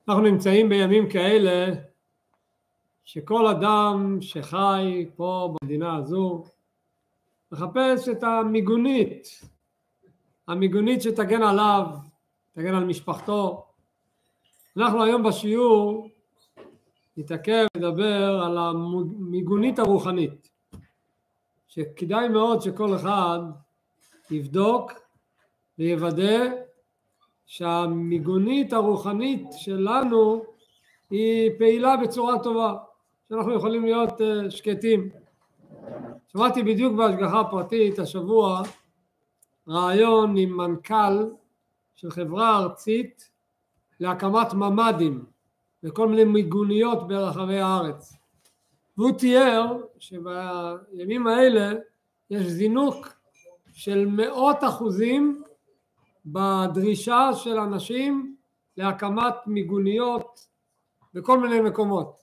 אנחנו נמצאים בימים כאלה שכל אדם שחי פה במדינה הזו מחפש את המיגונית שתגן עליו, תגן על משפחתו. אנחנו היום בשיעור נתעכב לדבר על המיגונית הרוחנית, שכדאי מאוד שכל אחד יבדוק ויוודא שהמיגונית הרוחנית שלנו היא פעילה בצורה טובה, שאנחנו יכולים להיות שקטים. שמעתי בדיוק בהשגחה פרטית השבוע רעיון עם מנכ"ל של חברה ארצית להקמת ממ"דים וכל מיני מיגוניות ברחבי הארץ, והוא תיאר שבימים האלה יש זינוק של 100% בדרישה של אנשים להקמת מיגוניות בכל מיני מקומות.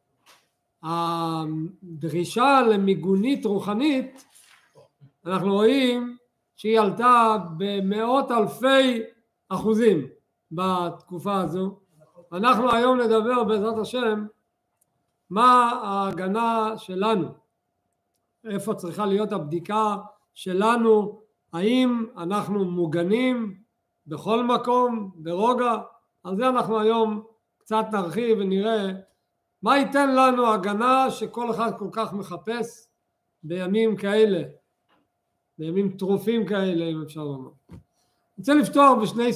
הדרישה למיגונית רוחנית, אנחנו רואים שהיא עלתה ב100,000% בתקופה הזו. אנחנו היום נדבר בעזרת השם מה ההגנה שלנו, איפה צריכה להיות הבדיקה שלנו, האם אנחנו מוגנים בכל מקום, ברוגע. על זה אנחנו היום קצת נרחיב ונראה מה ייתן לנו הגנה שכל אחד כל כך מחפש בימים כאלה, בימים טרופים כאלה, אם אפשר לומר. אני רוצה לפתוח בשני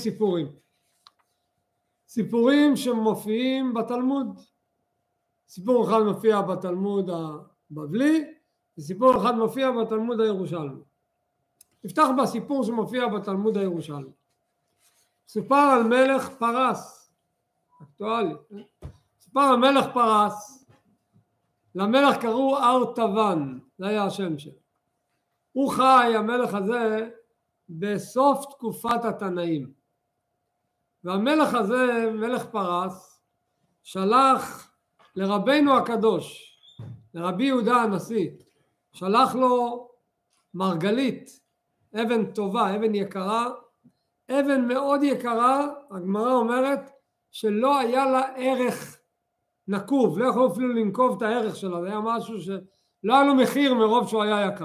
סיפורים שמופיעים בתלמוד. סיפור אחד מופיע בתלמוד הבבלי וסיפור אחד מופיע בתלמוד הירושלמי. נפתח בסיפור שמופיע בתלמוד הירושלמי. סופר על מלך פרס, אקטואלי. סופר על מלך פרס, למלך קראו ארטבן, זה היה השם שלו. הוא חי, המלך הזה, בסוף תקופת התנאים. והמלך הזה, מלך פרס, שלח לרבנו הקדוש, לרבי יהודה הנשיא, שלח לו מרגלית, אבן טובה, אבן יקרה, אבן מאוד יקרה. הגמרא אומרת שלא היה לה ערך נקוב, לא יכול אפילו לנקוב את הערך שלה, זה היה משהו שלא היה לו מחיר מרוב שהוא היה יקר.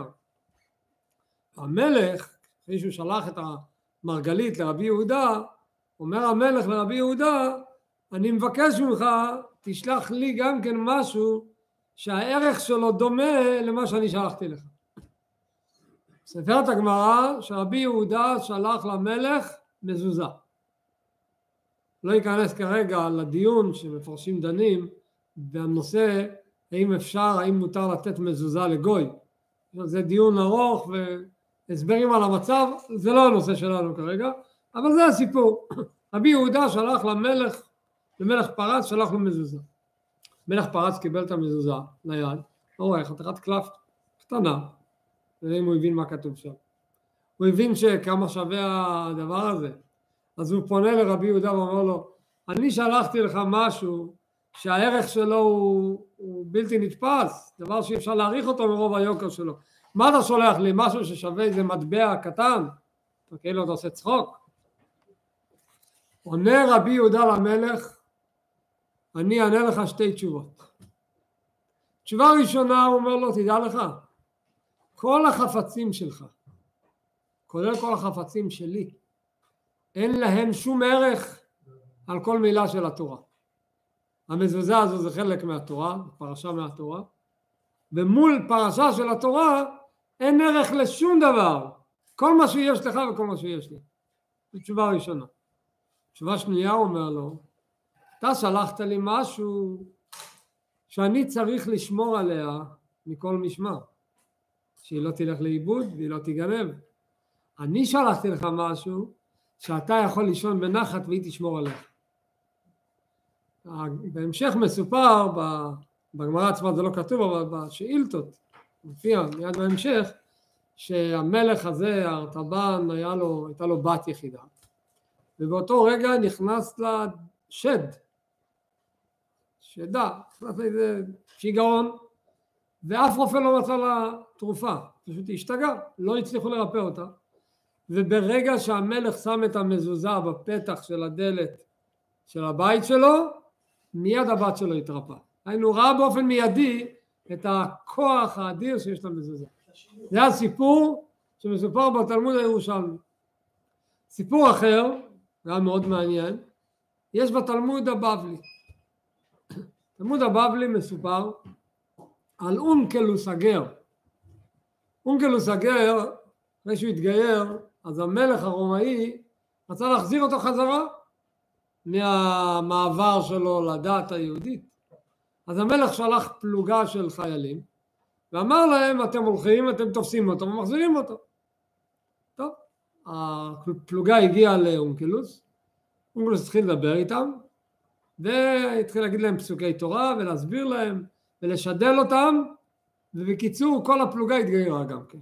המלך, אחרי שהוא שלח את המרגלית לרבי יהודה, אומר המלך לרבי יהודה, אני מבקש ממך, תשלח לי גם כן משהו שהערך שלו דומה למה שאני שלחתי לך. ספרת הגמרא שרבי יהודה שלח למלך מזוזה. לא ייכנס כרגע לדיון שמפרשים דנים בנושא האם מותר לתת מזוזה לגוי. זה דיון ארוך והסברים על המצב, זה לא הנושא שלנו כרגע, אבל זה הסיפור. רבי יהודה שלח למלך פרס, שלח לו מזוזה. מלך פרס קיבל את המזוזה ליד, רואה חתיכת קלף קטנה, ואם הוא הבין מה כתוב שם. הוא הבין שכמה שווה הדבר הזה. אז הוא פונה לרבי יהודה ואומר לו, אני שלחתי לך משהו שהערך שלו הוא בלתי נתפס, דבר שאי אפשר להעריך אותו מרוב היוקר שלו. מה אתה שולח לי? משהו ששווה איזה מטבע קטן? כאילו אתה עושה צחוק? עונה רבי יהודה למלך, אני אענה לך שתי תשובות. תשובה ראשונה הוא אומר לו, תדע לך, כל החפצים שלך, כולל כל החפצים שלי, אין להם שום ערך על כל מילה של התורה. המזוזה הזו זה חלק מהתורה, פרשה מהתורה, ומול פרשה של התורה אין ערך לשום דבר. כל מה שיש לך וכל מה שיש לי. זו תשובה ראשונה. תשובה שנייה אומר לו, אתה שלחת לי משהו שאני צריך לשמור עליה מכל משמר. שהיא לא תלך לאיבוד והיא לא תיגנב. אני שלחתי לך משהו שאתה יכול לישון בנחת והיא תשמור עליך. בהמשך מסופר, בגמרא עצמה זה לא כתוב, אבל בשאילתות, מופיע מיד בהמשך, שהמלך הזה, ארטבן, הייתה לו בת יחידה. ובאותו רגע נכנס לה שדה, נכנס לאיזה שיגעון, ואף רופא לא מצא לה תרופה, פשוט השתגע, לא הצליחו לרפא אותה. וברגע שהמלך שם את המזוזה בפתח של הדלת של הבית שלו, מיד הבת שלו התרפא. היינו ראה באופן מיידי את הכוח האדיר שיש למזוזה. זה הסיפור שמסופר בתלמוד הירושלמי. סיפור אחר, גם מאוד מעניין, יש בתלמוד הבבלי. תלמוד הבבלי מסופר על אונקלוס הגר. אונקלוס הגר, אחרי שהוא התגייר, אז המלך הרומאי רצה להחזיר אותו חזרה מהמעבר שלו לדת היהודית. אז המלך שלח פלוגה של חיילים ואמר להם, אתם הולכים, אתם תופסים אותו ומחזירים אותו. טוב, הפלוגה הגיעה לאונקלוס, אונקלוס התחיל לדבר איתם והתחיל להגיד להם פסוקי תורה ולהסביר להם ולשדל אותם, ובקיצור כל הפלוגה התגיירה גם כן.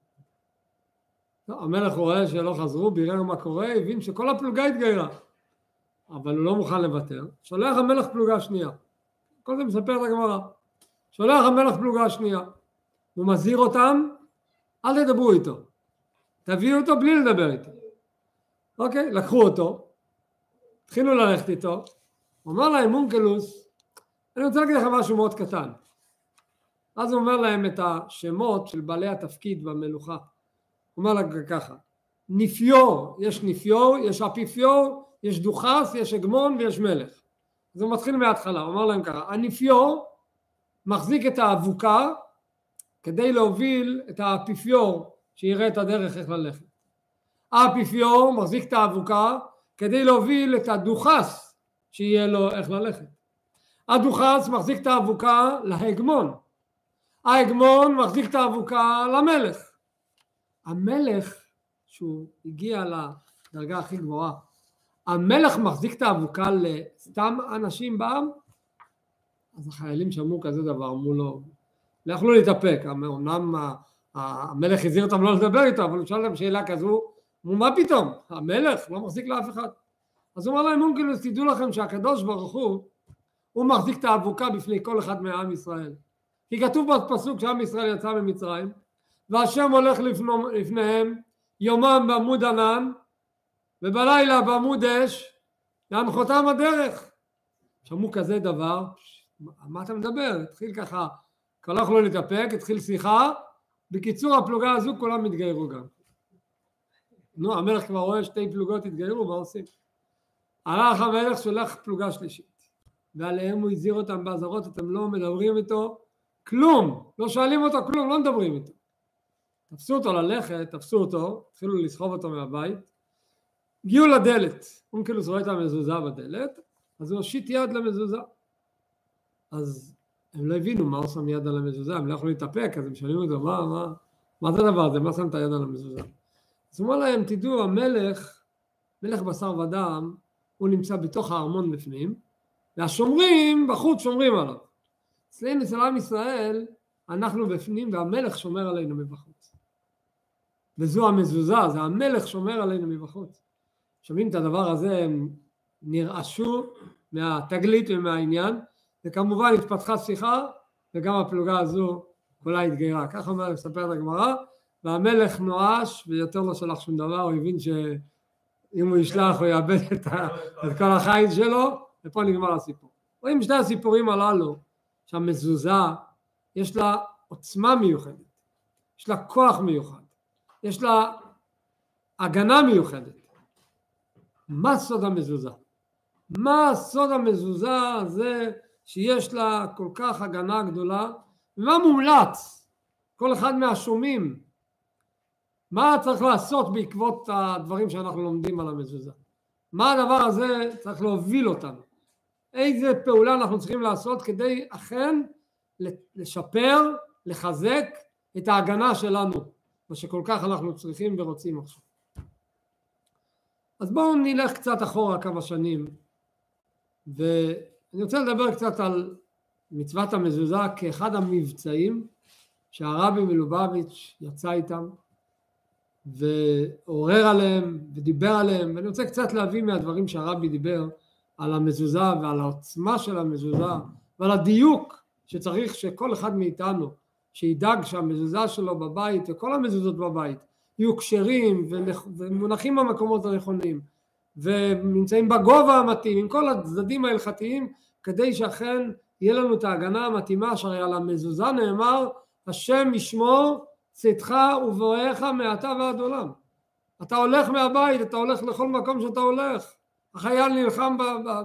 המלך רואה שלא חזרו, בירר מה קורה, הבין שכל הפלוגה התגיירה, אבל הוא לא מוכן לוותר. שולח המלך פלוגה שנייה, כל זה מספר את הגמרא. שולח המלך פלוגה שנייה, הוא מזהיר אותם, אל תדברו איתו, תביאו אותו בלי לדבר איתו. אוקיי, לקחו אותו, התחילו ללכת איתו, הוא אמר להם, אונקלוס, אני רוצה להגיד לכם משהו מאוד קטן. אז הוא אומר להם את השמות של בעלי התפקיד במלוכה. הוא אומר להם ככה, נפיור, יש אפיפיור, יש דוכס, יש הגמון ויש מלך. אז הוא מתחיל מההתחלה, הוא אומר להם ככה, הנפיור מחזיק את האבוקה כדי להוביל את האפיפיור שיראה את הדרך איך ללכת. האפיפיור מחזיק את האבוקה כדי להוביל את הדוכס שיהיה לו איך ללכת. הדוכס מחזיק את האבוקה להגמון. ההגמון מחזיק את האבוקה למלך. המלך, שהוא הגיע לדרגה הכי גבוהה, המלך מחזיק את האבוקה לסתם אנשים בעם? אז החיילים שמעו כזה דבר, אמרו לו, לא יכלו להתאפק. אמנם המלך הזהיר אותם לא לדבר איתו, אבל הוא שאל להם שאלה כזו, אמרו, מה פתאום? המלך לא מחזיק לאף אחד. אז הוא אמר להם, אונקלוס, תדעו לכם שהקדוש ברוך הוא מחזיק את האבוקה בפני כל אחד מעם ישראל. כי כתוב בפסוק שעם ישראל יצא ממצרים, והשם הולך לפניהם יומם בעמוד ענן ובלילה בעמוד אש להנחותם הדרך. שמעו כזה דבר, מה אתה מדבר? התחיל ככה, כבר לא יכלו להתאפק, התחיל שיחה, בקיצור הפלוגה הזו כולם התגיירו גם. נו, המלך כבר רואה שתי פלוגות התגיירו, מה עושים? הלך המלך, שולח פלוגה שלישית, ועליהם הוא הזהיר אותם באזהרות, אתם לא מדברים איתו כלום, לא שואלים אותו כלום, לא מדברים איתו. תפסו אותו ללכת, תפסו אותו, התחילו לסחוב אותו מהבית, הגיעו לדלת, אונקלוס רואה את המזוזה בדלת, אז הוא הושיט יד למזוזה. אז הם לא הבינו מה הוא שם יד על המזוזה, הם לא יכולו להתאפק, אז הם שואלים אותו, מה זה הדבר הזה, מה שם את היד על המזוזה? אז הוא אומר להם, תדעו, המלך, מלך בשר ודם, הוא נמצא בתוך הארמון בפנים, והשומרים בחוץ שומרים עליו. אצלנו, אצל עם ישראל, אנחנו בפנים והמלך שומר עלינו מבחוץ. וזו המזוזה, זה המלך שומר עלינו מבחוץ. שומעים את הדבר הזה, הם נרעשו מהתגלית ומהעניין, וכמובן התפתחה שיחה, וגם הפלוגה הזו כולה התגיירה. ככה אומר לספר את הגמרא, והמלך נואש ויותר לא שלח שום דבר, הוא הבין שאם הוא ישלח הוא יאבד את כל החיים שלו, ופה נגמר הסיפור. רואים שני הסיפורים הללו, שהמזוזה יש לה עוצמה מיוחדת, יש לה כוח מיוחד, יש לה הגנה מיוחדת. מה סוד המזוזה? מה סוד המזוזה הזה שיש לה כל כך הגנה גדולה? ומה מומלץ? כל אחד מהשומעים, מה צריך לעשות בעקבות הדברים שאנחנו לומדים על המזוזה? מה הדבר הזה צריך להוביל אותנו? איזה פעולה אנחנו צריכים לעשות כדי אכן לשפר, לחזק את ההגנה שלנו, מה שכל כך אנחנו צריכים ורוצים עכשיו. אז בואו נלך קצת אחורה כמה שנים, ואני רוצה לדבר קצת על מצוות המזוזה כאחד המבצעים שהרבי מלובביץ' יצא איתם, ועורר עליהם ודיבר עליהם, ואני רוצה קצת להביא מהדברים שהרבי דיבר על המזוזה ועל העוצמה של המזוזה ועל הדיוק שצריך שכל אחד מאיתנו שידאג שהמזוזה שלו בבית וכל המזוזות בבית יהיו כשרים ומונחים במקומות הנכונים ונמצאים בגובה המתאים, עם כל הצדדים ההלכתיים, כדי שאכן יהיה לנו את ההגנה המתאימה, שהרי על המזוזה נאמר, השם ישמור צאתך ובואך מעתה ועד עולם. אתה הולך מהבית, אתה הולך לכל מקום שאתה הולך, החייל נלחם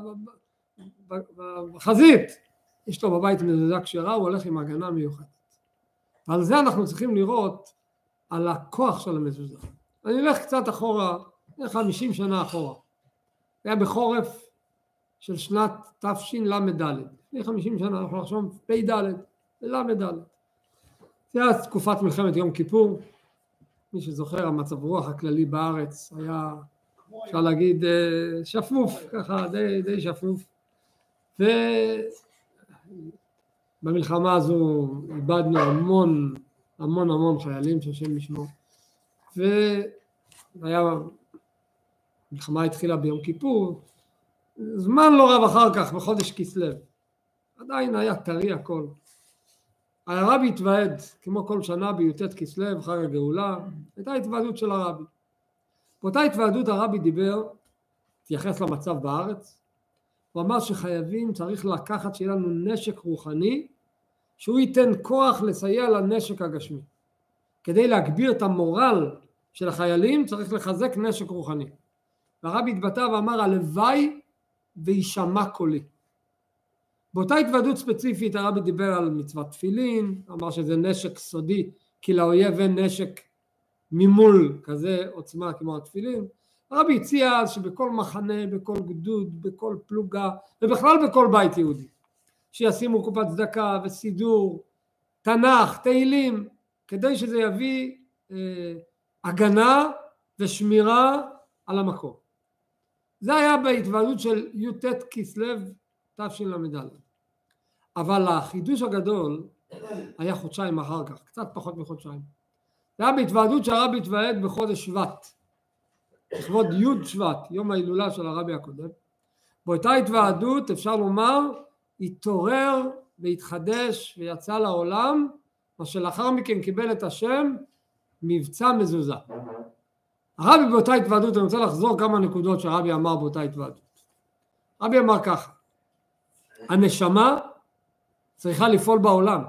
בחזית, יש לו בבית מזוזה כשרה, הוא הולך עם הגנה מיוחדת. ועל זה אנחנו צריכים לראות על הכוח של המזוזה. אני אלך קצת אחורה, 50 שנה אחורה. זה היה בחורף של שנת תשל"ד. לפני 50 שנה, אנחנו נחשוב פ"ד, ל"ד. זה היה תקופת מלחמת יום כיפור. מי שזוכר, המצב רוח הכללי בארץ היה, אפשר להגיד, שפוף, ככה, די שפוף. ובמלחמה הזו איבדנו המון חיילים שהשם ישמור. המלחמה התחילה ביום כיפור, זמן לא רב אחר כך, בחודש כסלו. עדיין היה טרי הכל. הרבי התוועד, כמו כל שנה בי"ט כסלו, חג הגאולה, הייתה התוועדות של הרבי. באותה התוועדות הרבי דיבר, התייחס למצב בארץ, הוא אמר שחייבים, צריך לקחת שיהיה לנו נשק רוחני, שהוא ייתן כוח לסייע לנשק הגשמי. כדי להגביר את המורל של החיילים, צריך לחזק נשק רוחני. והרבי התבטא ואמר, הלוואי וישמע קולי. באותה התוועדות ספציפית הרבי דיבר על מצוות תפילין, אמר שזה נשק סודי, כי לאויב אין נשק ממול כזה עוצמה כמו התפילין. הרבי הציע אז שבכל מחנה, בכל גדוד, בכל פלוגה, ובכלל בכל בית יהודי, שישימו קופת צדקה וסידור, תנ"ך, תהילים, כדי שזה יביא הגנה ושמירה על המקום. זה היה בהתוועדות של י"ט כסלו תשל"ד. אבל החידוש הגדול היה חודשיים אחר כך, קצת פחות מחודשיים. זה היה בהתוועדות שהרבי התוועד בחודש שבט, לכבוד י' שבט, יום ההילולה של הרבי הקודם. באותה התוועדות אפשר לומר, התעורר והתחדש ויצא לעולם, מה שלאחר מכן קיבל את השם מבצע מזוזה. הרבי באותה התוועדות, אני רוצה לחזור כמה נקודות שהרבי אמר באותה התוועדות. הרבי אמר ככה, הנשמה צריכה לפעול בעולם.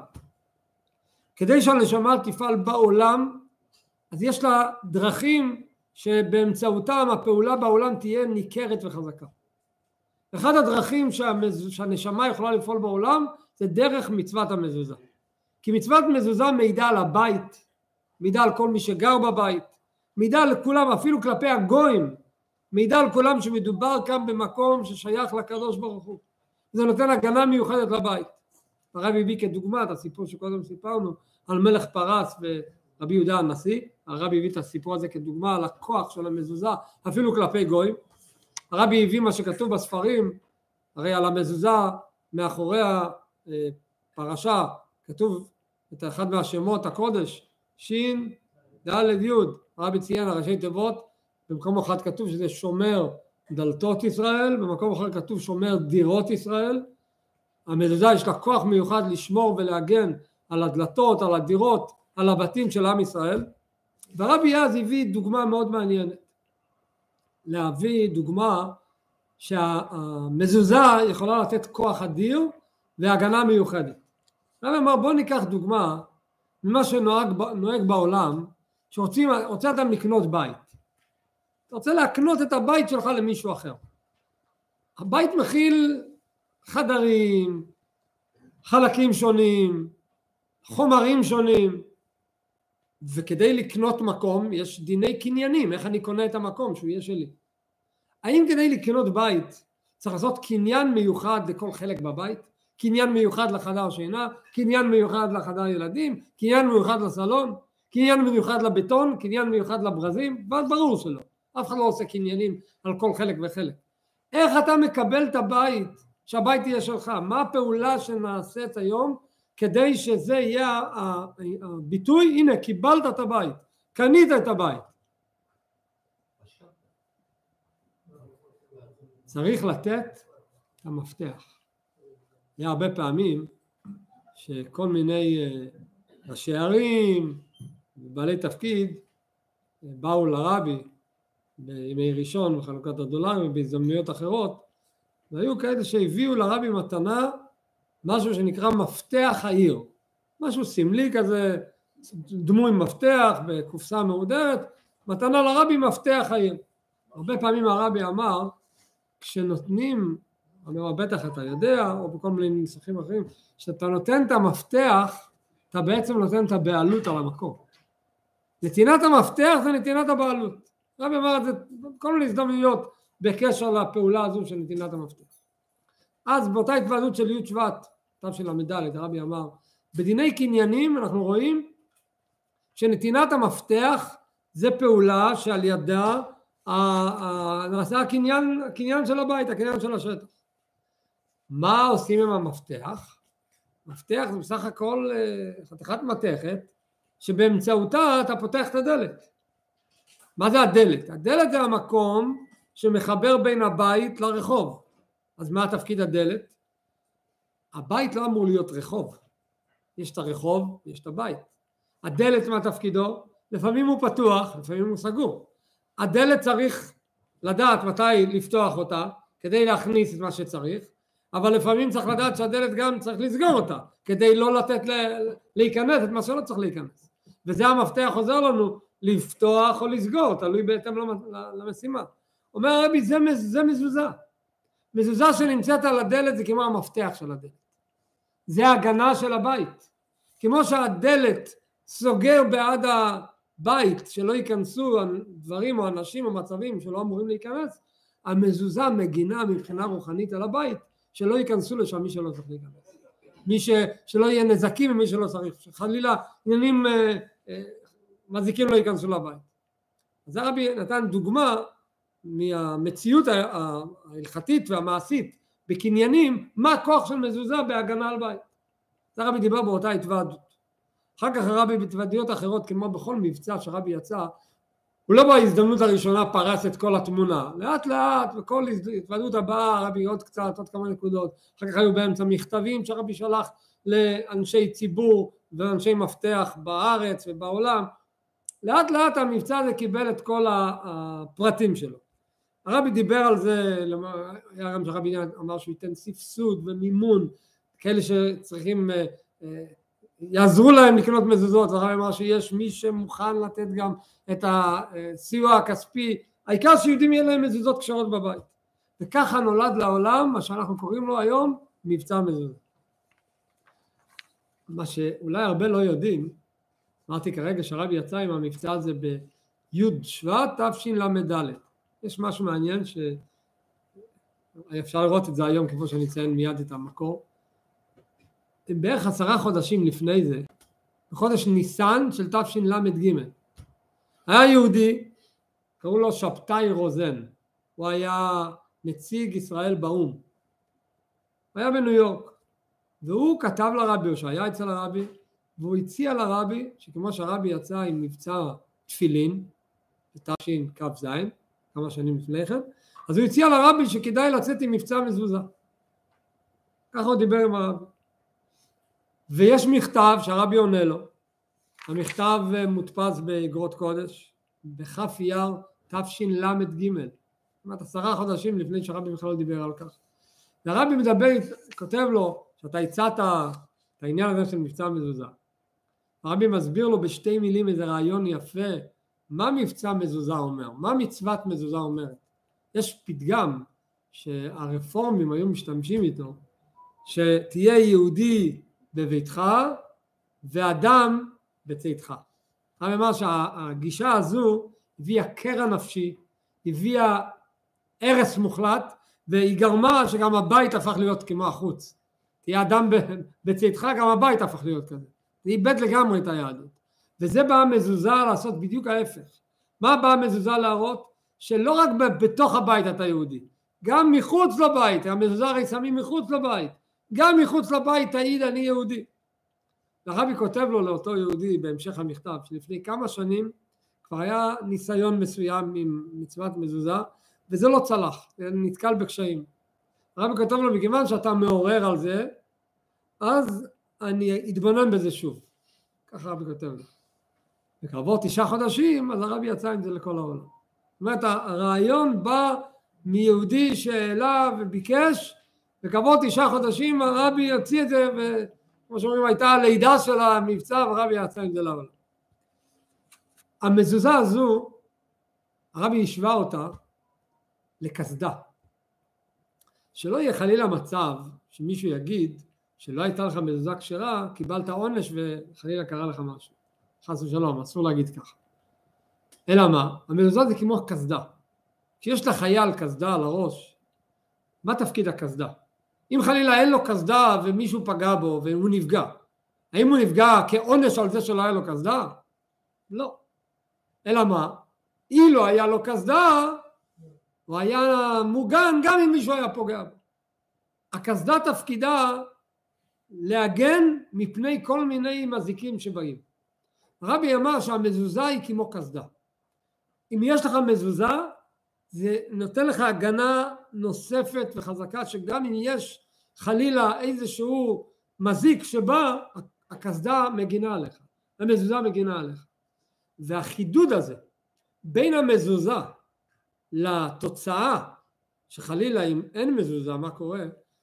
כדי שהנשמה תפעל בעולם, אז יש לה דרכים שבאמצעותם הפעולה בעולם תהיה ניכרת וחזקה. אחד הדרכים שהנשמה יכולה לפעול בעולם זה דרך מצוות המזוזה. כי מצוות מזוזה מעידה על הבית, מעידה על כל מי שגר בבית, מעידה על כולם, אפילו כלפי הגויים, מעידה על כולם שמדובר כאן במקום ששייך לקדוש ברוך הוא. זה נותן הגנה מיוחדת לבית. הרבי הביא כדוגמה את הסיפור שקודם סיפרנו על מלך פרס ורבי יהודה הנשיא. הרבי הביא את הסיפור הזה כדוגמה על הכוח של המזוזה אפילו כלפי גויים. הרבי הביא מה שכתוב בספרים, הרי על המזוזה מאחורי הפרשה כתוב את אחד מהשמות הקודש, שין ד' י'. הרבי ציין הראשי תיבות, במקום אחד כתוב שזה שומר דלתות ישראל, במקום אחר כתוב שומר דירות ישראל. המזוזה יש לה כוח מיוחד לשמור ולהגן על הדלתות, על הדירות, על הבתים של עם ישראל. והרבי אז הביא דוגמה מאוד מעניינת. להביא דוגמה שהמזוזה יכולה לתת כוח אדיר והגנה מיוחדת. הרבי אמר בוא ניקח דוגמה ממה שנוהג בעולם, שרוצה אדם לקנות בית. אתה רוצה להקנות את הבית שלך למישהו אחר. הבית מכיל חדרים, חלקים שונים, חומרים שונים, וכדי לקנות מקום יש דיני קניינים, איך אני קונה את המקום שהוא יהיה שלי. האם כדי לקנות בית צריך לעשות קניין מיוחד לכל חלק בבית? קניין מיוחד לחדר שינה, קניין מיוחד לחדר ילדים, קניין מיוחד לסלון, קניין מיוחד לבטון, קניין מיוחד לברזים? ברור שלא. אף אחד לא עושה קניינים על כל חלק וחלק. איך אתה מקבל את הבית, שהבית יהיה שלך? מה הפעולה שנעשית היום כדי שזה יהיה הביטוי? הנה, קיבלת את הבית, קנית את הבית. צריך לתת את המפתח. היה הרבה פעמים שכל מיני ראשי ערים, בעלי תפקיד, באו לרבי בימי ראשון וחלוקת הדולרים ובהזדמנויות אחרות, והיו כאלה שהביאו לרבי מתנה משהו שנקרא מפתח העיר, משהו סמלי כזה, דמוי מפתח בקופסה מהודרת, מתנה לרבי מפתח העיר. הרבה פעמים הרבי אמר, כשנותנים, אני אומר בטח אתה יודע, או בכל מיני ניסוחים אחרים, כשאתה נותן את המפתח, אתה בעצם נותן את הבעלות על המקום. נתינת המפתח זה נתינת הבעלות. הרבי אמר את זה בכל מיני הזדמנויות בקשר לפעולה הזו של נתינת המפתח. אז באותה התוועדות של י' שבט, תשל"ד, הרבי אמר, בדיני קניינים אנחנו רואים שנתינת המפתח זה פעולה שעל ידה נעשה הקניין של הבית, הקניין של השטח. מה עושים עם המפתח? מפתח זה בסך הכל חתיכת מתכת שבאמצעותה אתה פותח את הדלת. מה זה הדלת? הדלת זה המקום שמחבר בין הבית לרחוב. אז מה תפקיד הדלת? הבית לא אמור להיות רחוב. יש את הרחוב, יש את הבית. הדלת מה תפקידו? לפעמים הוא פתוח, לפעמים הוא סגור. הדלת צריך לדעת מתי לפתוח אותה כדי להכניס את מה שצריך, אבל לפעמים צריך לדעת שהדלת גם צריך לסגור אותה כדי לא לתת להיכנס את מה שלא צריך להיכנס. וזה המפתח עוזר לנו לפתוח או לסגור, תלוי בהתאם למשימה. אומר הרבי, זה מזוזה. מזוזה שנמצאת על הדלת זה כמו המפתח של הדלת. זה הגנה של הבית. כמו שהדלת סוגר בעד הבית שלא ייכנסו דברים או אנשים או מצבים שלא אמורים להיכנס, המזוזה מגינה מבחינה רוחנית על הבית שלא ייכנסו לשם מי שלא צריך להיכנס. שלא יהיה נזקים ממי שלא צריך, שחלילה עניינים מזיקים לא ייכנסו לבית. אז הרבי נתן דוגמה מהמציאות ההלכתית והמעשית בקניינים, מה הכוח של מזוזה בהגנה על בית. זה הרבי דיבר באותה התוועדות. אחר כך הרבי בהתוועדויות אחרות, כמו בכל מבצע שהרבי יצא, הוא לא בהזדמנות הראשונה פרס את כל התמונה. לאט לאט, בכל התוועדות הבאה, הרבי עוד קצת, עוד כמה נקודות. אחר כך היו באמצע מכתבים שהרבי שלח לאנשי ציבור ואנשי מפתח בארץ ובעולם. לאט לאט המבצע הזה קיבל את כל הפרטים שלו. הרבי דיבר על זה, היה גם שהרבי אמר שהוא ייתן סבסוד ומימון, כאלה שצריכים, יעזרו להם לקנות מזוזות, הרבי אמר שיש מי שמוכן לתת גם את הסיוע הכספי, העיקר שיהודים יהיה להם מזוזות קשרות בבית. וככה נולד לעולם מה שאנחנו קוראים לו היום מבצע מזוזות. מה שאולי הרבה לא יודעים, אמרתי כרגע שהרבי יצא עם המבצע הזה בי' שבט תשל"ד. יש משהו מעניין שאפשר לראות את זה היום כמו שאני אציין מיד את המקור. בערך 10 חודשים לפני זה, בחודש ניסן של תשל"ג, היה יהודי, קראו לו שבתאי רוזן, הוא היה נציג ישראל באו"ם, הוא היה בניו יורק, והוא כתב לרבי, או שהיה אצל הרבי, והוא הציע לרבי, שכמו שהרבי יצא עם מבצע תפילין, בתשכ"ז, כמה שנים לפני כן, אז הוא הציע לרבי שכדאי לצאת עם מבצע מזוזה. ככה הוא דיבר עם הרבי. ויש מכתב שהרבי עונה לו, המכתב מודפס באגרות קודש, בכף אייר תשל"ג, כמעט 10 חודשים לפני שהרבי בכלל דיבר על כך. והרבי מדבר, כותב לו, שאתה הצעת את העניין הזה של מבצע מזוזה. הרבי מסביר לו בשתי מילים איזה רעיון יפה, מה מבצע מזוזה אומר, מה מצוות מזוזה אומרת. יש פתגם שהרפורמים היו משתמשים איתו, שתהיה יהודי בביתך ואדם בצאתך. הרבי אמר שהגישה הזו הביאה קרע נפשי, הביאה הרס מוחלט, והיא גרמה שגם הבית הפך להיות כמו החוץ. תהיה אדם בצאתך, גם הבית הפך להיות כזה. זה איבד לגמרי את היהדות. וזה באה מזוזה לעשות בדיוק ההפך. מה באה מזוזה להראות? שלא רק בתוך הבית אתה יהודי, גם מחוץ לבית, המזוזה הרי שמים מחוץ לבית, גם מחוץ לבית תעיד אני יהודי. הרבי כותב לו לאותו יהודי בהמשך המכתב, שלפני כמה שנים כבר היה ניסיון מסוים עם מצוות מזוזה, וזה לא צלח, נתקל בקשיים. הרבי כותב לו, מכיוון שאתה מעורר על זה, אז אני אתבונן בזה שוב. ככה הרבי כותב לו. וכעבור 9 חודשים, אז הרבי יצא עם זה לכל העולם. זאת אומרת, הרעיון בא מיהודי שאלה וביקש, וכעבור 9 חודשים הרבי יוציא את זה, וכמו שאומרים, הייתה הלידה של המבצע, והרבי יצא עם זה לעולם. המזוזה הזו, הרבי השווה אותה לקסדה. שלא יהיה חלילה מצב שמישהו יגיד שלא הייתה לך מזוזה כשרה, קיבלת עונש וחלילה קרה לך משהו. חס ושלום, אסור להגיד ככה. אלא מה? המזוזה זה כמו קסדה. כשיש לחייל קסדה על הראש, מה תפקיד הקסדה? אם חלילה אין לו קסדה ומישהו פגע בו והוא נפגע, האם הוא נפגע כעונש על זה שלא היה לו קסדה? לא. אלא מה? אילו היה לו קסדה, הוא היה מוגן גם אם מישהו היה פוגע בו. הקסדה תפקידה להגן מפני כל מיני מזיקים שבאים. הרבי אמר שהמזוזה היא כמו קסדה. אם יש לך מזוזה, זה נותן לך הגנה נוספת וחזקה, שגם אם יש חלילה איזשהו מזיק שבא, הקסדה מגינה עליך, המזוזה מגינה עליך. והחידוד הזה בין המזוזה לתוצאה, שחלילה אם אין מזוזה מה קורה,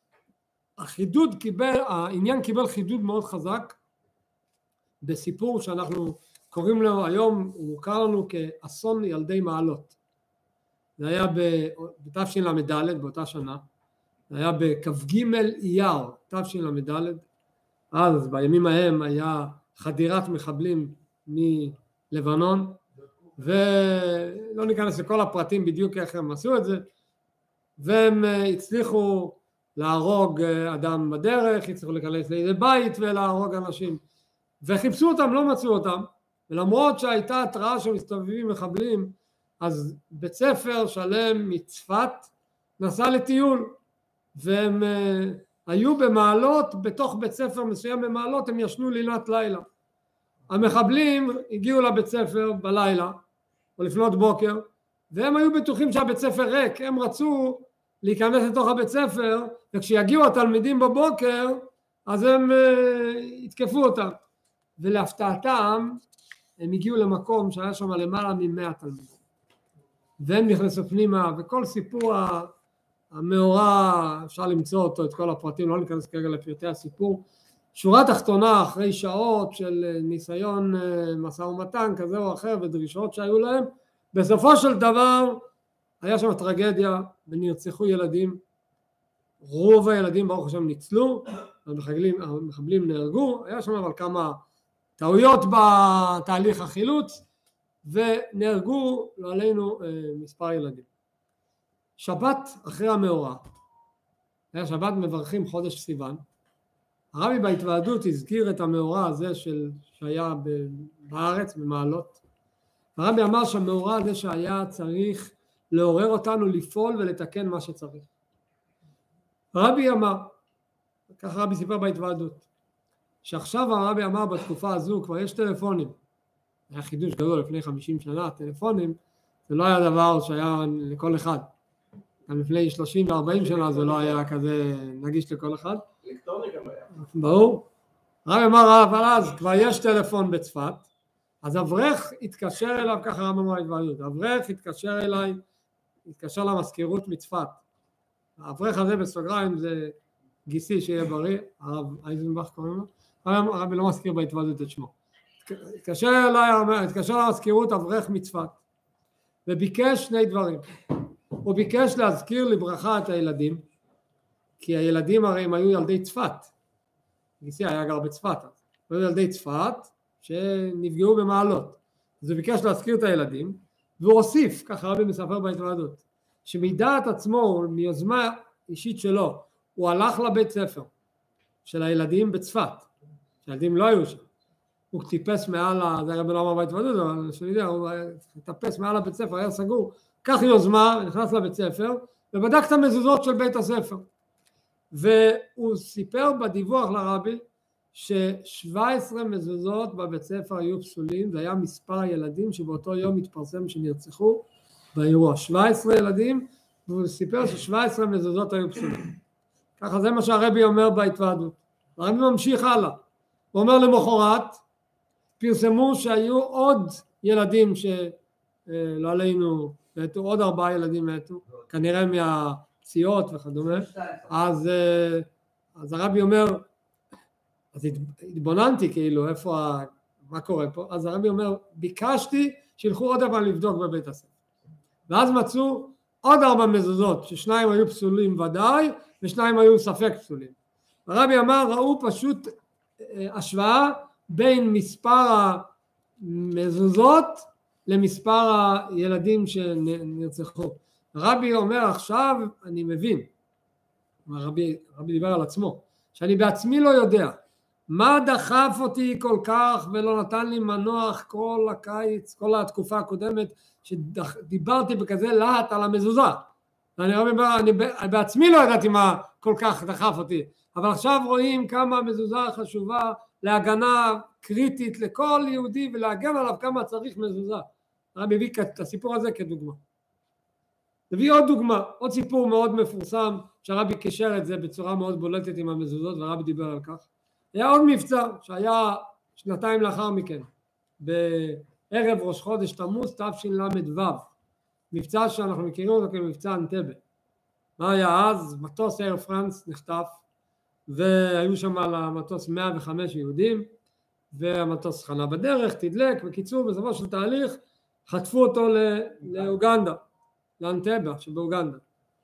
העניין קיבל חידוד מאוד חזק בסיפור שאנחנו קוראים לו היום, הוא מוכר לנו כאסון ילדי מעלות. זה היה בתשל"ד באותה שנה, זה היה בכ"ג אייר תשל"ד. אז בימים ההם היה חדירת מחבלים מלבנון, ולא ניכנס לכל הפרטים בדיוק איך הם עשו את זה, והם הצליחו להרוג אדם בדרך, הצליחו להיכנס לאיזה בית ולהרוג אנשים, וחיפשו אותם, לא מצאו אותם, ולמרות שהייתה התראה שמסתובבים מחבלים, אז בית ספר שלם מצפת נסע לטיול, והם היו במעלות, בתוך בית ספר מסוים במעלות, הם ישנו לינת לילה. המחבלים הגיעו לבית ספר בלילה, או לפנות בוקר, והם היו בטוחים שהבית ספר ריק, הם רצו להיכנס לתוך הבית ספר, וכשיגיעו התלמידים בבוקר, אז הם התקפו אותם. ולהפתעתם, הם הגיעו למקום שהיה שם למעלה מ100 תלמידים. והם נכנסו פנימה, וכל סיפור המאורע, אפשר למצוא אותו, את כל הפרטים, לא ניכנס כרגע לפרטי הסיפור. שורה תחתונה, אחרי שעות של ניסיון משא ומתן כזה או אחר, ודרישות שהיו להם, בסופו של דבר, היה שם טרגדיה, ונרצחו ילדים. רוב הילדים ברוך השם ניצלו, המחבלים נהרגו, היה שם אבל כמה טעויות בתהליך החילוץ, ונהרגו לא עלינו מספר ילדים. שבת אחרי המאורע, היה שבת מברכים חודש סיוון, הרבי בהתוועדות הזכיר את המאורע הזה שהיה בארץ, במעלות. הרבי אמר שהמאורע הזה שהיה צריך לעורר אותנו לפעול ולתקן מה שצריך. הרבי אמר, ככה הרבי סיפר בהתוועדות, שעכשיו הרבי אמר בתקופה הזו כבר יש טלפונים, היה חידוש גדול לפני 50 שנה, טלפונים, זה לא היה דבר שהיה לכל אחד. גם לפני 30 ו-40 שנה זה לא היה כזה נגיש לכל אחד. אלקטרוני גם היה. ברור. הרבי אמר, אבל אז כבר יש טלפון בצפת, אז אברך התקשר אליו, ככה הרבי אמר בהתוועדות, אברך התקשר אליי, התקשר למזכירות מצפת. האברך הזה בסוגריים זה גיסי שיהיה בריא, הרב אייזנבך קוראים לו, הרבי לא מזכיר בהתוועדות את שמו. התקשר למזכירות אברך מצפת, וביקש שני דברים. הוא ביקש להזכיר לברכה את הילדים, כי הילדים הרי הם היו ילדי צפת, גיסי היה גר בצפת, היו ילדי צפת שנפגעו במעלות, אז הוא ביקש להזכיר את הילדים, והוא הוסיף, ככה הרבי מספר בהתוועדות, שמדעת עצמו, מיוזמה אישית שלו, הוא הלך לבית ספר של הילדים בצפת, שהילדים לא היו שם, הוא טיפס מעל, זה הרבי לא אמר בהתוועדות, אבל שאני יודע, הוא טיפס מעל הבית ספר, היה סגור, כך יוזמה, נכנס לבית ספר, ובדק את המזוזות של בית הספר, והוא סיפר בדיווח לרבי, ש17 מזוזות בבית ספר היו פסולים, זה היה מספר הילדים שבאותו יום התפרסם שנרצחו באירוע, 17 ילדים, והוא סיפר ש17 מזוזות היו פסולים. ככה זה מה שהרבי אומר בהתוועדות. הרבי ממשיך הלאה, הוא אומר למחרת, פרסמו שהיו עוד ילדים שלא עלינו מתו, עוד 4 ילדים מתו, כנראה מהפציעות וכדומה. אז הרבי אומר, אז התבוננתי כאילו, מה קורה פה? אז הרבי אומר, ביקשתי שילכו עוד פעם לבדוק בבית הספר. ואז מצאו עוד 4 מזוזות, ש2 היו פסולים ודאי, ו2 היו ספק פסולים. הרבי אמר, ראו פשוט השוואה בין מספר המזוזות למספר הילדים שנרצחו. הרבי אומר, עכשיו אני מבין, הרבי דיבר על עצמו, שאני בעצמי לא יודע, מה דחף אותי כל כך ולא נתן לי מנוח כל הקיץ, כל התקופה הקודמת, שדיברתי בכזה להט על המזוזה. ואני אומר, אני בעצמי לא ידעתי מה כל כך דחף אותי, אבל עכשיו רואים כמה המזוזה חשובה להגנה קריטית לכל יהודי, ולהגן עליו כמה צריך מזוזה. הרבי הביא את הסיפור הזה כדוגמה. נביא עוד דוגמה, עוד סיפור מאוד מפורסם, שהרבי קישר את זה בצורה מאוד בולטת עם המזוזות, והרבי דיבר על כך. היה עוד מבצע שהיה 2 לאחר מכן, בערב ראש חודש תמוז תשל"ו, מבצע שאנחנו מכירים אותו כמבצע אנטבה. מה היה אז? מטוס אייר פרנס נחטף, והיו שם על המטוס 105 יהודים, והמטוס חנה בדרך, תדלק, בקיצור בסופו של תהליך חטפו אותו לאוגנדה, לאנטבה שבאוגנדה,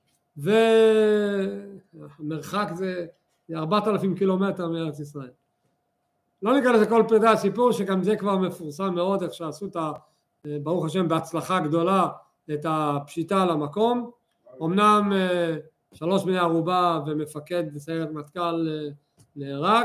והמרחק זה 4,000 קילומטר מארץ ישראל. לא ניכנס לכל פרטי הסיפור, שגם זה כבר מפורסם מאוד, איך שעשו ברוך השם בהצלחה גדולה את הפשיטה למקום. אמנם 3 בני ערובה ומפקד וסיירת מטכ"ל נהרג,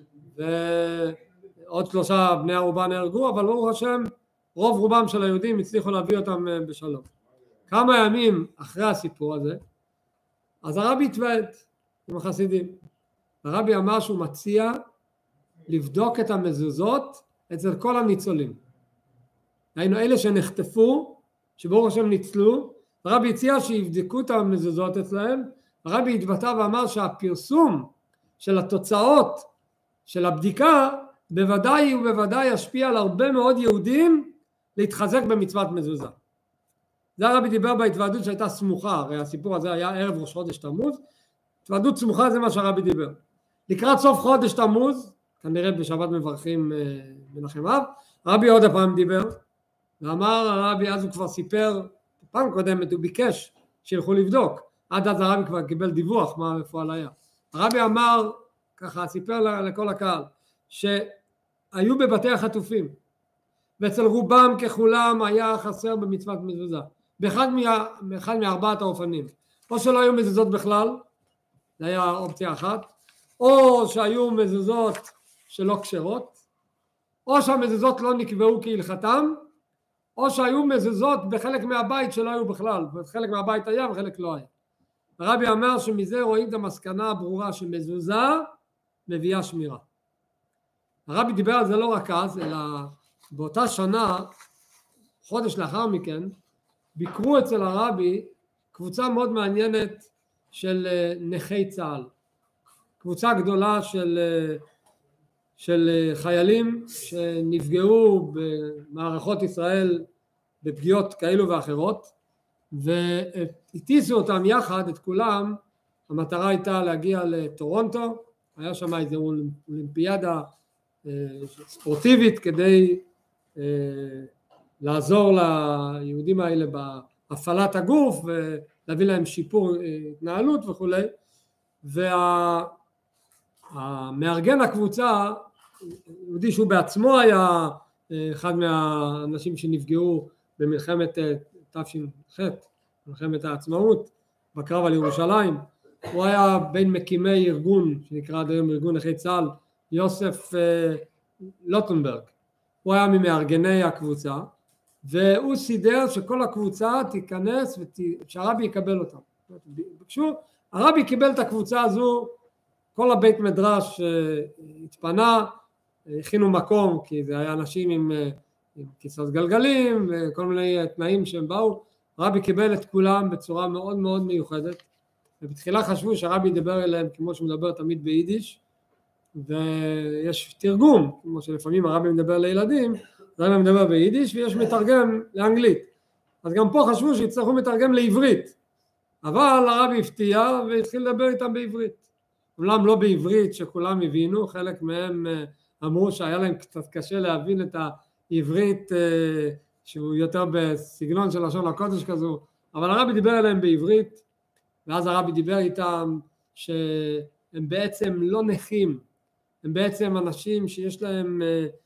ועוד 3 בני ערובה נהרגו, אבל ברוך השם רוב רובם של היהודים הצליחו להביא אותם בשלום. כמה ימים אחרי הסיפור הזה, אז הרבי התוועד עם החסידים. הרבי אמר שהוא מציע לבדוק את המזוזות אצל כל הניצולים. היינו אלה שנחטפו, שברוך השם ניצלו, הרבי הציע שיבדקו את המזוזות אצלהם. הרבי התבטא ואמר שהפרסום של התוצאות של הבדיקה בוודאי ובוודאי ישפיע על הרבה מאוד יהודים להתחזק במצוות מזוזה. זה הרבי דיבר בהתוועדות שהייתה סמוכה, הרי הסיפור הזה היה ערב ראש חודש תמוז, התוועדות סמוכה זה מה שהרבי דיבר. לקראת סוף חודש תמוז, כנראה בשבת מברכים מנחם אב, הרבי עוד הפעם דיבר, ואמר הרבי, אז הוא כבר סיפר, פעם קודמת הוא ביקש שילכו לבדוק, עד אז הרבי כבר קיבל דיווח מה בפועל היה. הרבי אמר, ככה סיפר לכל הקהל, שהיו בבתי החטופים, ואצל רובם ככולם היה חסר במצוות מזוזה, באחד מ4 האופנים, או שלא היו מזוזות בכלל, זה היה אופציה אחת, או שהיו מזוזות שלא כשרות, או שהמזוזות לא נקבעו כהלכתם, או שהיו מזוזות בחלק מהבית שלא היו בכלל, חלק מהבית היה וחלק לא היה. הרבי אמר שמזה רואים את המסקנה הברורה שמזוזה מביאה שמירה. הרבי דיבר על זה לא רק אז, אלא באותה שנה, חודש לאחר מכן, ביקרו אצל הרבי קבוצה מאוד מעניינת של נכי צה"ל. קבוצה גדולה של חיילים שנפגעו במערכות ישראל בפגיעות כאלו ואחרות, והטיסו אותם יחד, את כולם. המטרה הייתה להגיע לטורונטו, היה שם איזו אולימפיאדה ספורטיבית כדי לעזור ליהודים האלה בהפעלת הגוף ולהביא להם שיפור התנהלות וכו'. והמארגן הקבוצה, יהודי שהוא בעצמו היה אחד מהאנשים שנפגעו במלחמת תש"ח, מלחמת העצמאות, בקרב על ירושלים, הוא היה בין מקימי ארגון שנקרא עד היום ארגון נכי צה"ל, יוסף לוטנברג. הוא היה ממארגני הקבוצה, והוא סידר שכל הקבוצה תיכנס ושהרבי יקבל אותם. ביקשו, הרבי קיבל את הקבוצה הזו, כל הבית מדרש התפנה, הכינו מקום, כי זה היה אנשים עם כיסאות גלגלים וכל מיני תנאים שהם באו. הרבי קיבל את כולם בצורה מאוד מאוד מיוחדת, ובתחילה חשבו שהרבי ידבר אליהם כמו שהוא מדבר תמיד ביידיש, ויש תרגום, כמו שלפעמים הרבי מדבר לילדים, הרבי מדבר ביידיש ויש מתרגם לאנגלית. אז גם פה חשבו שיצטרכו מתרגם לעברית, אבל הרבי הפתיע והתחיל לדבר איתם בעברית. אולם לא בעברית שכולם הבינו, חלק מהם אמרו שהיה להם קצת קשה להבין את העברית שהוא יותר בסגנון של לשון הקודש כזו, אבל הרבי דיבר אליהם בעברית, ואז הרבי דיבר איתם שהם בעצם לא נכים, הם בעצם אנשים שיש להם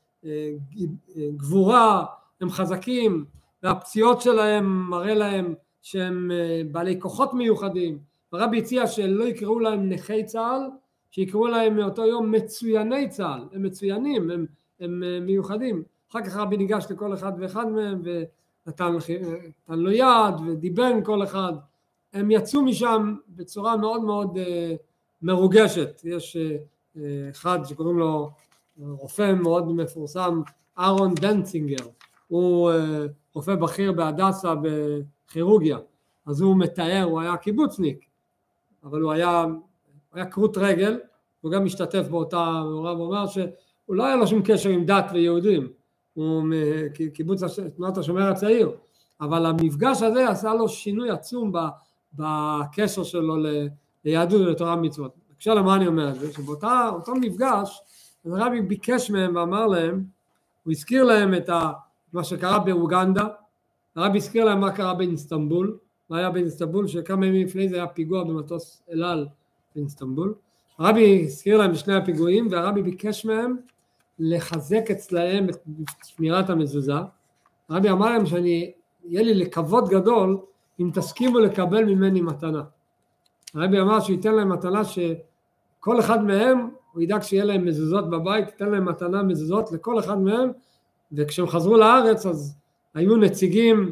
גבורה, הם חזקים, והפציעות שלהם מראה להם שהם בעלי כוחות מיוחדים. הרבי הציע שלא יקראו להם נכי צה"ל, שיקראו להם מאותו יום מצויני צה"ל, הם מצוינים, הם מיוחדים. אחר כך הרבי ניגש לכל אחד ואחד מהם ונתן לו יד ודיבר עם כל אחד. הם יצאו משם בצורה מאוד מאוד מרוגשת. יש אחד שקוראים לו רופא מאוד מפורסם, אהרון דנצינגר, הוא רופא בכיר בהדסה בכירורגיה, אז הוא מתאר, הוא היה קיבוצניק, אבל הוא היה קרוט רגל, הוא גם משתתף באותה מאורע, הוא אומר שהוא לא היה לו שום קשר עם דת ויהודים, הוא מקיבוץ תנועת השומר הצעיר, אבל המפגש הזה עשה לו שינוי עצום בקשר שלו ליהדות ולתורה מצוות. עכשיו למה אני אומר את זה? שבאותו מפגש, אז הרבי ביקש מהם ואמר להם, הוא הזכיר להם את מה שקרה באוגנדה, הרבי הזכיר להם מה קרה באינסטנבול, מה היה באינסטנבול, שכמה ימים לפני זה היה פיגוע במטוס אל על באינסטנבול, הרבי הזכיר להם בשני הפיגועים, והרבי ביקש מהם לחזק אצלהם את שמירת המזוזה. הרבי אמר להם יהיה לי לכבוד גדול אם תסכימו לקבל ממני מתנה. הרבי אמר שהוא ייתן להם מתנה שכל אחד מהם, הוא ידאג שיהיה להם מזוזות בבית, ייתן להם מתנה מזוזות לכל אחד מהם, וכשהם חזרו לארץ אז היו נציגים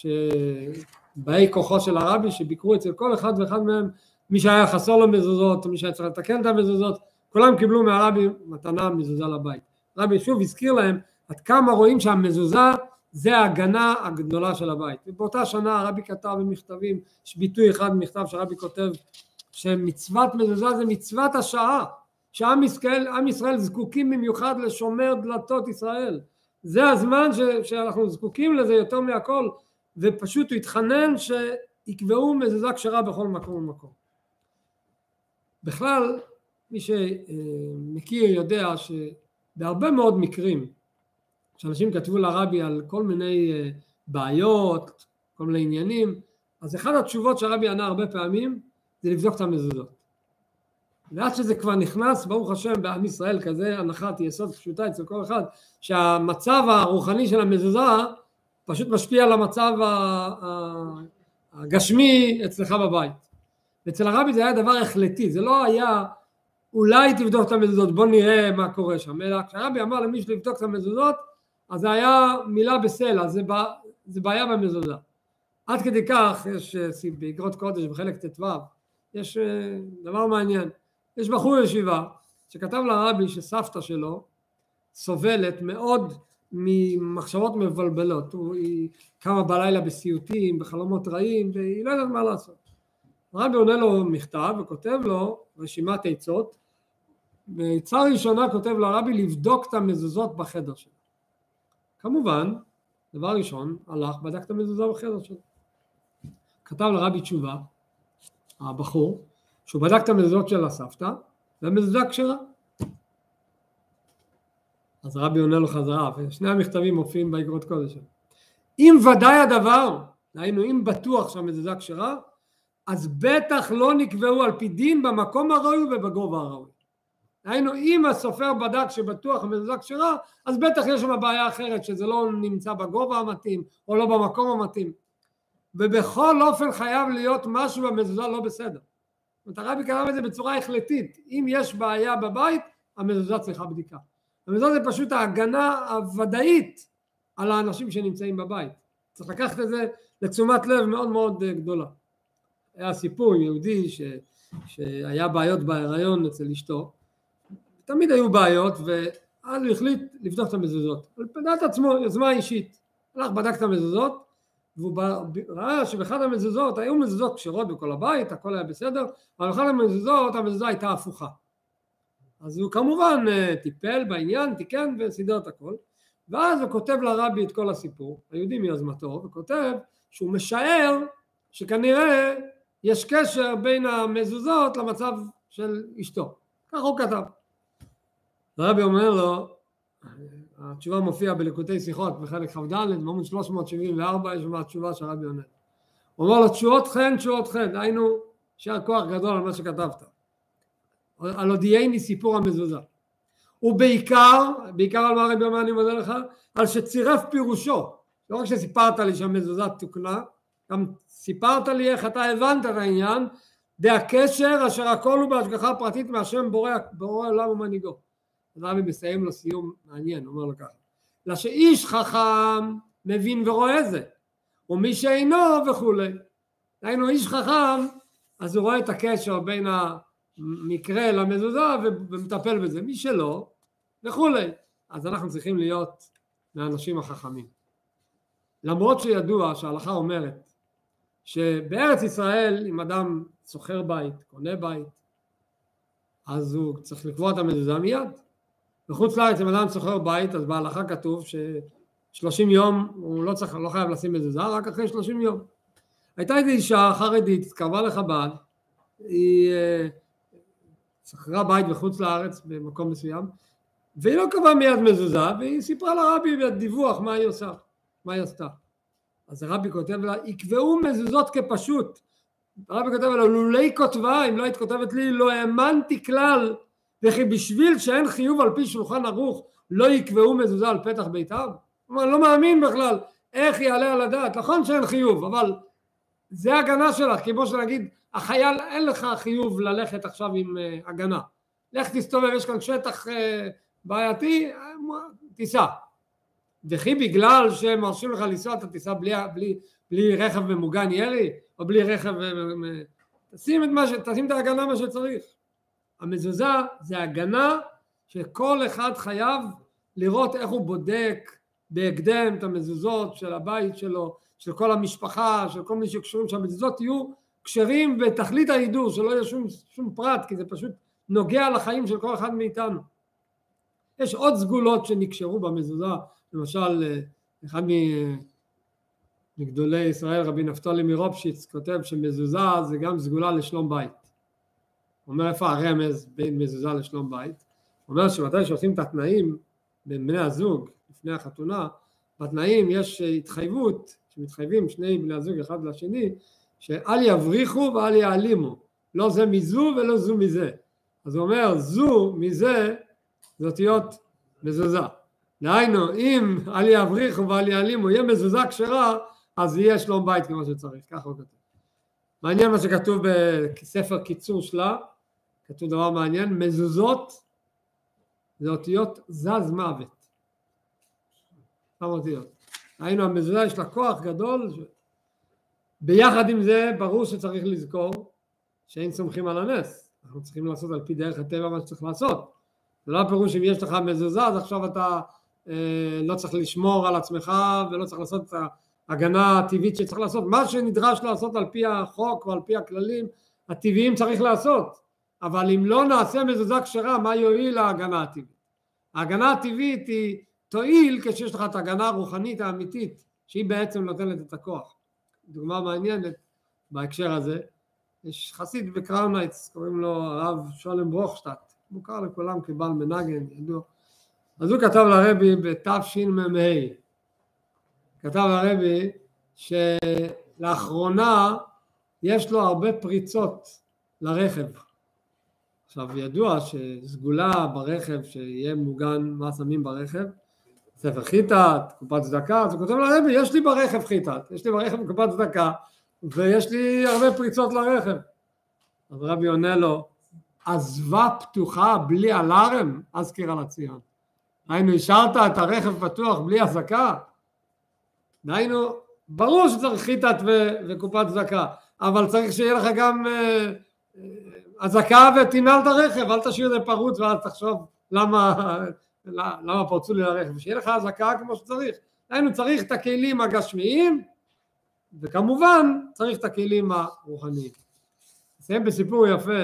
באי כוחו של הרבי שביקרו אצל כל אחד ואחד מהם, מי שהיה חסר לו מזוזות, מי שהיה צריך לתקן את המזוזות, כולם קיבלו מהרבי מתנה מזוזה לבית. הרבי שוב הזכיר להם עד כמה רואים שהמזוזה זה ההגנה הגדולה של הבית. ובאותה שנה הרבי כתב במכתבים, יש ביטוי אחד מכתב שהרבי כותב, שמצוות מזוזה זה מצוות השעה, שעם ישראל זקוקים במיוחד לשומר דלתות ישראל. זה הזמן שאנחנו זקוקים לזה יותר מהכל, ופשוט הוא התחנן שיקבעו מזוזה כשרה בכל מקום ומקום. בכלל, מי שמכיר יודע שבהרבה מאוד מקרים, שאנשים כתבו לרבי על כל מיני בעיות, כל מיני עניינים, אז אחד התשובות שהרבי ענה הרבה פעמים, זה לבדוק את המזוזות. ועד שזה כבר נכנס, ברוך השם, בעם ישראל כזה, הנחת יסוד פשוטה אצל כל אחד, שהמצב הרוחני של המזוזה, פשוט משפיע על המצב הגשמי אצלך בבית. ואצל הרבי זה היה דבר החלטי, זה לא היה, אולי תבדוק את המזוזות, בוא נראה מה קורה שם, אלא כשהרבי אמר למישהו לבדוק את המזוזות, אז זה היה מילה בסלע, זה בעיה במזוזה. עד כדי כך, יש באגרות קודש בחלק ט"ו, יש דבר מעניין, יש בחור ישיבה שכתב לרבי שסבתא שלו סובלת מאוד ממחשבות מבלבלות, היא קמה בלילה בסיוטים, בחלומות רעים, והיא לא יודעת מה לעשות. הרבי עונה לו מכתב וכותב לו רשימת עצות, ועצה ראשונה כותב לרבי לבדוק את המזוזות בחדר שלו. כמובן, דבר ראשון, הלך, בדק את המזוזה בחדר שלו. כתב לרבי תשובה, הבחור, שהוא בדק את המזוזות של הסבתא, והמזוזה כשרה. אז הרבי עונה לו חזרה, ושני המכתבים מופיעים באגרות קודש שלו. אם ודאי הדבר, היינו אם בטוח שהמזוזה כשרה, אז בטח לא נקבעו על פי דין במקום הראוי ובגובה הראוי. היינו אם הסופר בדק שבטוח המזוזה כשרה, אז בטח יש שם בעיה אחרת שזה לא נמצא בגובה המתאים או לא במקום המתאים. ובכל אופן חייב להיות משהו במזוזה לא בסדר. זאת אומרת, הרבי קרא את זה בצורה החלטית, אם יש בעיה בבית, המזוזה צריכה בדיקה. המזוזה זה פשוט ההגנה הוודאית על האנשים שנמצאים בבית. צריך לקחת את זה לתשומת לב מאוד מאוד גדולה. היה סיפור עם יהודי שהיה בעיות בהיריון אצל אשתו, תמיד היו בעיות, ואז הוא החליט לבדוק את המזוזות. על פדעת עצמו, יוזמה אישית. הלך, בדק את המזוזות, והוא ראה שבאחד המזוזות, היו מזוזות כשרות בכל הבית, הכל היה בסדר, אבל באחד המזוזות, המזוזה הייתה הפוכה. אז הוא כמובן טיפל בעניין, תיקן וסידר את הכל, ואז הוא כותב לרבי את כל הסיפור, היהודי מיוזמתו, וכותב שהוא משער שכנראה יש קשר בין המזוזות למצב של אשתו. כך הוא כתב. הרבי אומר לו, התשובה מופיעה בליקוטי שיחות בחלק כ"ד, בעמוד 374, יש שם התשובה שהרבי עונה. הוא אומר לו, תשועות חן, תשועות חן, היינו שער כוח גדול על מה שכתבת. על הודיעני סיפור המזוזה. ובעיקר, על מה הרבי אומר, אני מודה לך, על שצירף פירושו. לא רק שסיפרת לי שהמזוזה תוקנה, גם סיפרת לי איך אתה הבנת את העניין, הקשר אשר הכל הוא בהשגחה פרטית מהשם בורא עולם ומנהיגו. אז הרבי מסיים לו סיום מעניין, אומר לו ככה. אלא שאיש חכם מבין ורואה זה, ומי שאינו וכולי. היינו איש חכם, אז הוא רואה את הקשר בין המקרה למזוזה ומטפל בזה. מי שלא וכולי. אז אנחנו צריכים להיות מהאנשים החכמים. למרות שידוע שההלכה אומרת שבארץ ישראל אם אדם סוחר בית, קונה בית, אז הוא צריך לקבוע את המזוזה מיד. בחוץ לארץ אם אדם סוחר בית, אז בהלכה כתוב ש30 יום הוא לא חייב לשים מזוזה, רק אחרי 30 יום. הייתה איזו אישה חרדית, התקרבה לחב"ד, היא שכרה בית בחוץ לארץ במקום מסוים, והיא לא קבעה מיד מזוזה, והיא סיפרה לרבי בדיווח מה היא עושה, מה היא עשתה. אז הרבי כותב לה, יקבעו מזוזות כפשוט. הרבי כותב לה, לולי כותבה, אם לא היית כותבת לי, לא האמנתי כלל, וכי בשביל שאין חיוב על פי שולחן ערוך, לא יקבעו מזוזה על פתח ביתם. כלומר, אני לא מאמין בכלל, איך יעלה על הדעת, נכון שאין חיוב, אבל זה הגנה שלך, כמו שנגיד, החייל אין לך חיוב ללכת עכשיו עם הגנה. לך תסתובב, יש כאן שטח בעייתי, תיסע. וכי בגלל שהם מרשים לך לנסוע, אתה תיסע בלי רכב ממוגן ירי, או בלי רכב, תשים את ההגנה מה שצריך. המזוזה זה הגנה שכל אחד חייב לראות איך הוא בודק בהקדם את המזוזות של הבית שלו, של כל המשפחה, של כל מי שקשורים, שהמזוזות יהיו קשרים בתכלית ההידור, שלא יהיה שום פרט, כי זה פשוט נוגע לחיים של כל אחד מאיתנו. יש עוד סגולות שנקשרו במזוזה, למשל אחד מגדולי ישראל, רבי נפתלי מרופשיץ, כותב שמזוזה זה גם סגולה לשלום בית. הוא אומר איפה הרמז בין מזוזה לשלום בית? הוא אומר שמתי שעושים את התנאים בין בני הזוג לפני החתונה, בתנאים יש התחייבות שמתחייבים שני בני הזוג אחד לשני, שאל יבריחו ואל יעלימו, לא זה מזו ולא זו מזה. אז הוא אומר זו מזה זה אותיות מזוזה. דהיינו, אם אל יבריחו ואל יעלימו יהיה מזוזה כשרה, אז יהיה שלום בית כמו שצריך, ככה הוא כתוב. מעניין מה שכתוב בספר קיצור שלה, כתוב דבר מעניין, מזוזות זה אותיות זז מוות. כמה אותיות. דהיינו, המזוזה יש לה כוח גדול, ביחד עם זה ברור שצריך לזכור שאין סומכים על הנס, אנחנו צריכים לעשות על פי דרך הטבע מה שצריך לעשות. זה לא הפירוש אם יש לך מזוזה, אז עכשיו אתה לא צריך לשמור על עצמך ולא צריך לעשות את ההגנה הטבעית שצריך לעשות. מה שנדרש לעשות על פי החוק ועל פי הכללים הטבעיים צריך לעשות. אבל אם לא נעשה מזוזה כשרה, מה יועיל להגנה הטבעית? ההגנה הטבעית היא תועיל כשיש לך את ההגנה הרוחנית האמיתית, שהיא בעצם נותנת את הכוח. דוגמה מעניינת בהקשר הזה, יש חסיד בקראונייץ, קוראים לו הרב שולם ברוכשטט, מוכר לכולם כבעל מנגן, ידוע. אז הוא כתב לרבי בתשמ"ה, כתב לרבי שלאחרונה יש לו הרבה פריצות לרכב. עכשיו ידוע שסגולה ברכב שיהיה מוגן מה שמים ברכב, ספר חיטת, קופת צדקה, אז הוא כותב לרבי, יש לי ברכב חיטת, יש לי ברכב קופת צדקה, ויש לי הרבה פריצות לרכב. אז רבי עונה לו, עזבה פתוחה בלי אלרם, אזכיר על הציון. היינו, השארת את הרכב פתוח בלי הזקה? היינו, ברור שצריך חיטת וקופת צדקה, אבל צריך שיהיה לך גם הזקה ותנעל את הרכב, אל תשאיר את זה פרוץ ואל תחשוב למה פרצו לי לרכב, שיהיה לך הזקה כמו שצריך. היינו, צריך את הכלים הגשמיים, וכמובן צריך את הכלים הרוחניים. נסיים בסיפור יפה,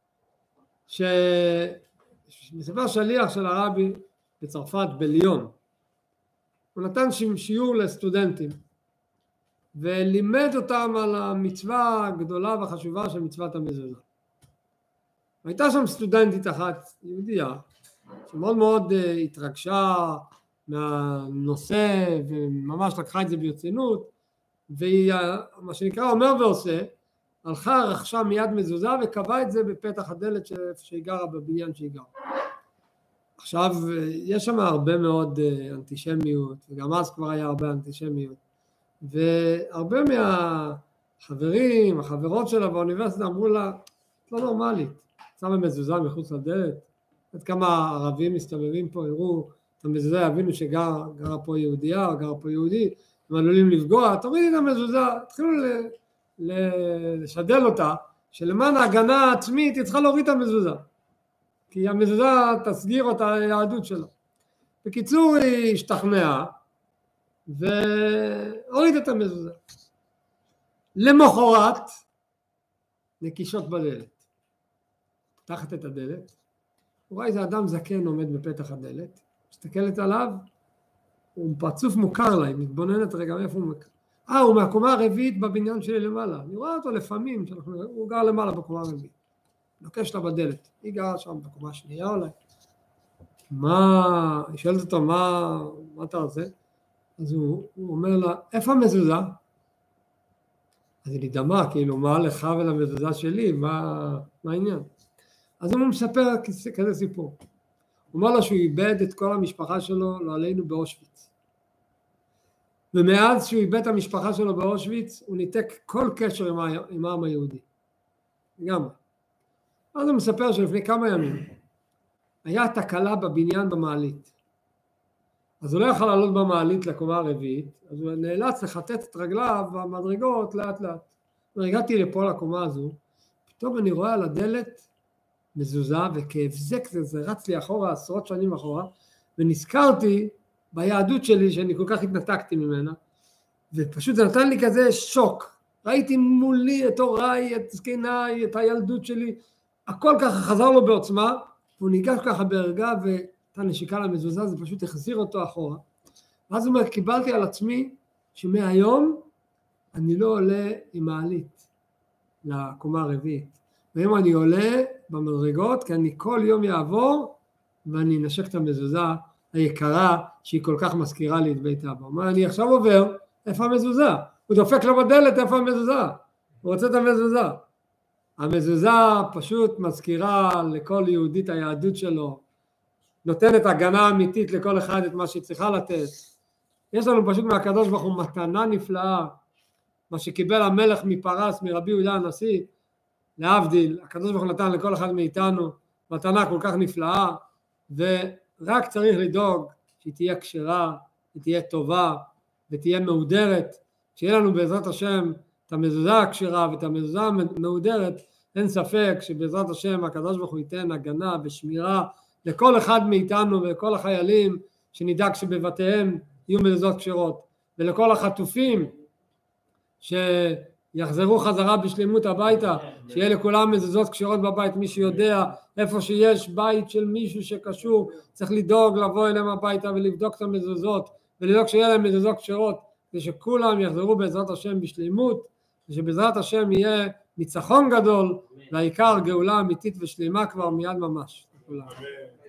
שמספר שליח של הרבי בצרפת בליון, הוא נתן שיעור לסטודנטים, ולימד אותם על המצווה הגדולה והחשובה של מצוות המזוזה. הייתה שם סטודנטית אחת, יהודייה, שמאוד מאוד התרגשה מהנושא וממש לקחה את זה ברצינות, והיא, מה שנקרא אומר ועושה, הלכה, רכשה מיד מזוזה וקבעה את זה בפתח הדלת שהיא גרה, בבניין שהיא גרה. עכשיו, יש שם הרבה מאוד אנטישמיות, וגם אז כבר היה הרבה אנטישמיות, והרבה מהחברים, החברות שלה באוניברסיטה אמרו לה, את לא נורמלית, שמה מזוזה מחוץ לדלת, עד כמה ערבים מסתובבים פה, יראו את המזוזה, יבינו שגרה פה יהודייה או גרה פה יהודי, הם עלולים לפגוע, תורידי את המזוזה, התחילו לשדל אותה, שלמען ההגנה העצמית היא צריכה להוריד את המזוזה, כי המזוזה תסגיר את היהדות שלה. בקיצור היא השתכנעה, והוריד את המזוזה. למחרת, נקישות בדלת. פתחת את הדלת, הוא רואה איזה אדם זקן עומד בפתח הדלת, מסתכלת עליו, הוא פרצוף מוכר לה, היא מתבוננת רגע מאיפה הוא מכיר. הוא מהקומה הרביעית בבניין שלי למעלה, אני רואה אותו לפעמים, הוא גר למעלה בקומה הרביעית. נוקש לה בדלת, היא גרה שם בקומה השנייה אולי. היא שואלת אותו, מה אתה רוצה? אז הוא אומר לה, איפה המזוזה? אז היא נדמה, כאילו, מה לך ולמזוזה שלי, מה העניין? אז הוא מספר כזה סיפור. הוא אומר לה שהוא איבד את כל המשפחה שלו, לא עלינו, באושוויץ. ומאז שהוא איבד את המשפחה שלו באושוויץ, הוא ניתק כל קשר עם העם היהודי. גם. אז הוא מספר שלפני כמה ימים, היה תקלה בבניין במעלית. אז הוא לא יכול לעלות במעלית לקומה הרביעית, אז הוא נאלץ לחטט את רגליו במדרגות לאט לאט. הגעתי לפה לקומה הזו, פתאום אני רואה על הדלת מזוזה, וכהבזק זה רץ לי אחורה, עשרות שנים אחורה, ונזכרתי ביהדות שלי שאני כל כך התנתקתי ממנה, ופשוט זה נתן לי כזה שוק. ראיתי מולי את הוריי, את זקניי, את הילדות שלי, הכל ככה חזר לו בעוצמה, והוא ניגש ככה בהרגע ונתן נשיקה למזוזה, זה פשוט החזיר אותו אחורה. ואז הוא אומר, קיבלתי על עצמי שמהיום אני לא עולה עם מעלית לקומה הרביעית. והיום אני עולה במדרגות, כי אני כל יום יעבור, ואני אנשק את המזוזה היקרה, שהיא כל כך מזכירה לי את בית אבא. הוא אומר, אני עכשיו עובר, איפה המזוזה? הוא דופק לו בדלת, איפה המזוזה? הוא רוצה את המזוזה. המזוזה פשוט מזכירה לכל יהודי את היהדות שלו, נותנת הגנה אמיתית לכל אחד את מה שהיא צריכה לתת. יש לנו פשוט מהקדוש ברוך הוא מתנה נפלאה, מה שקיבל המלך מפרס, מרבי יהודה הנשיא, להבדיל, הקדוש ברוך הוא נתן לכל אחד מאיתנו מתנה כל כך נפלאה, ורק צריך לדאוג שהיא תהיה כשרה, היא תהיה טובה, ותהיה מהודרת, שיהיה לנו בעזרת השם את המזוזה הכשרה ואת המזוזה המהודרת. אין ספק שבעזרת השם הקדוש ברוך הוא ייתן הגנה ושמירה לכל אחד מאיתנו ולכל החיילים, שנדאג שבבתיהם יהיו מזוזות כשרות, ולכל החטופים שיחזרו חזרה בשלמות הביתה, שיהיה לכולם מזוזות כשרות בבית. מי שיודע איפה שיש בית של מישהו שקשור, צריך לדאוג לבוא אליהם הביתה ולבדוק את המזוזות, ולדאוג שיהיה להם מזוזות כשרות, ושכולם יחזרו בעזרת השם בשלמות, ושבעזרת השם יהיה ניצחון גדול, והעיקר גאולה אמיתית ושלימה כבר מיד ממש.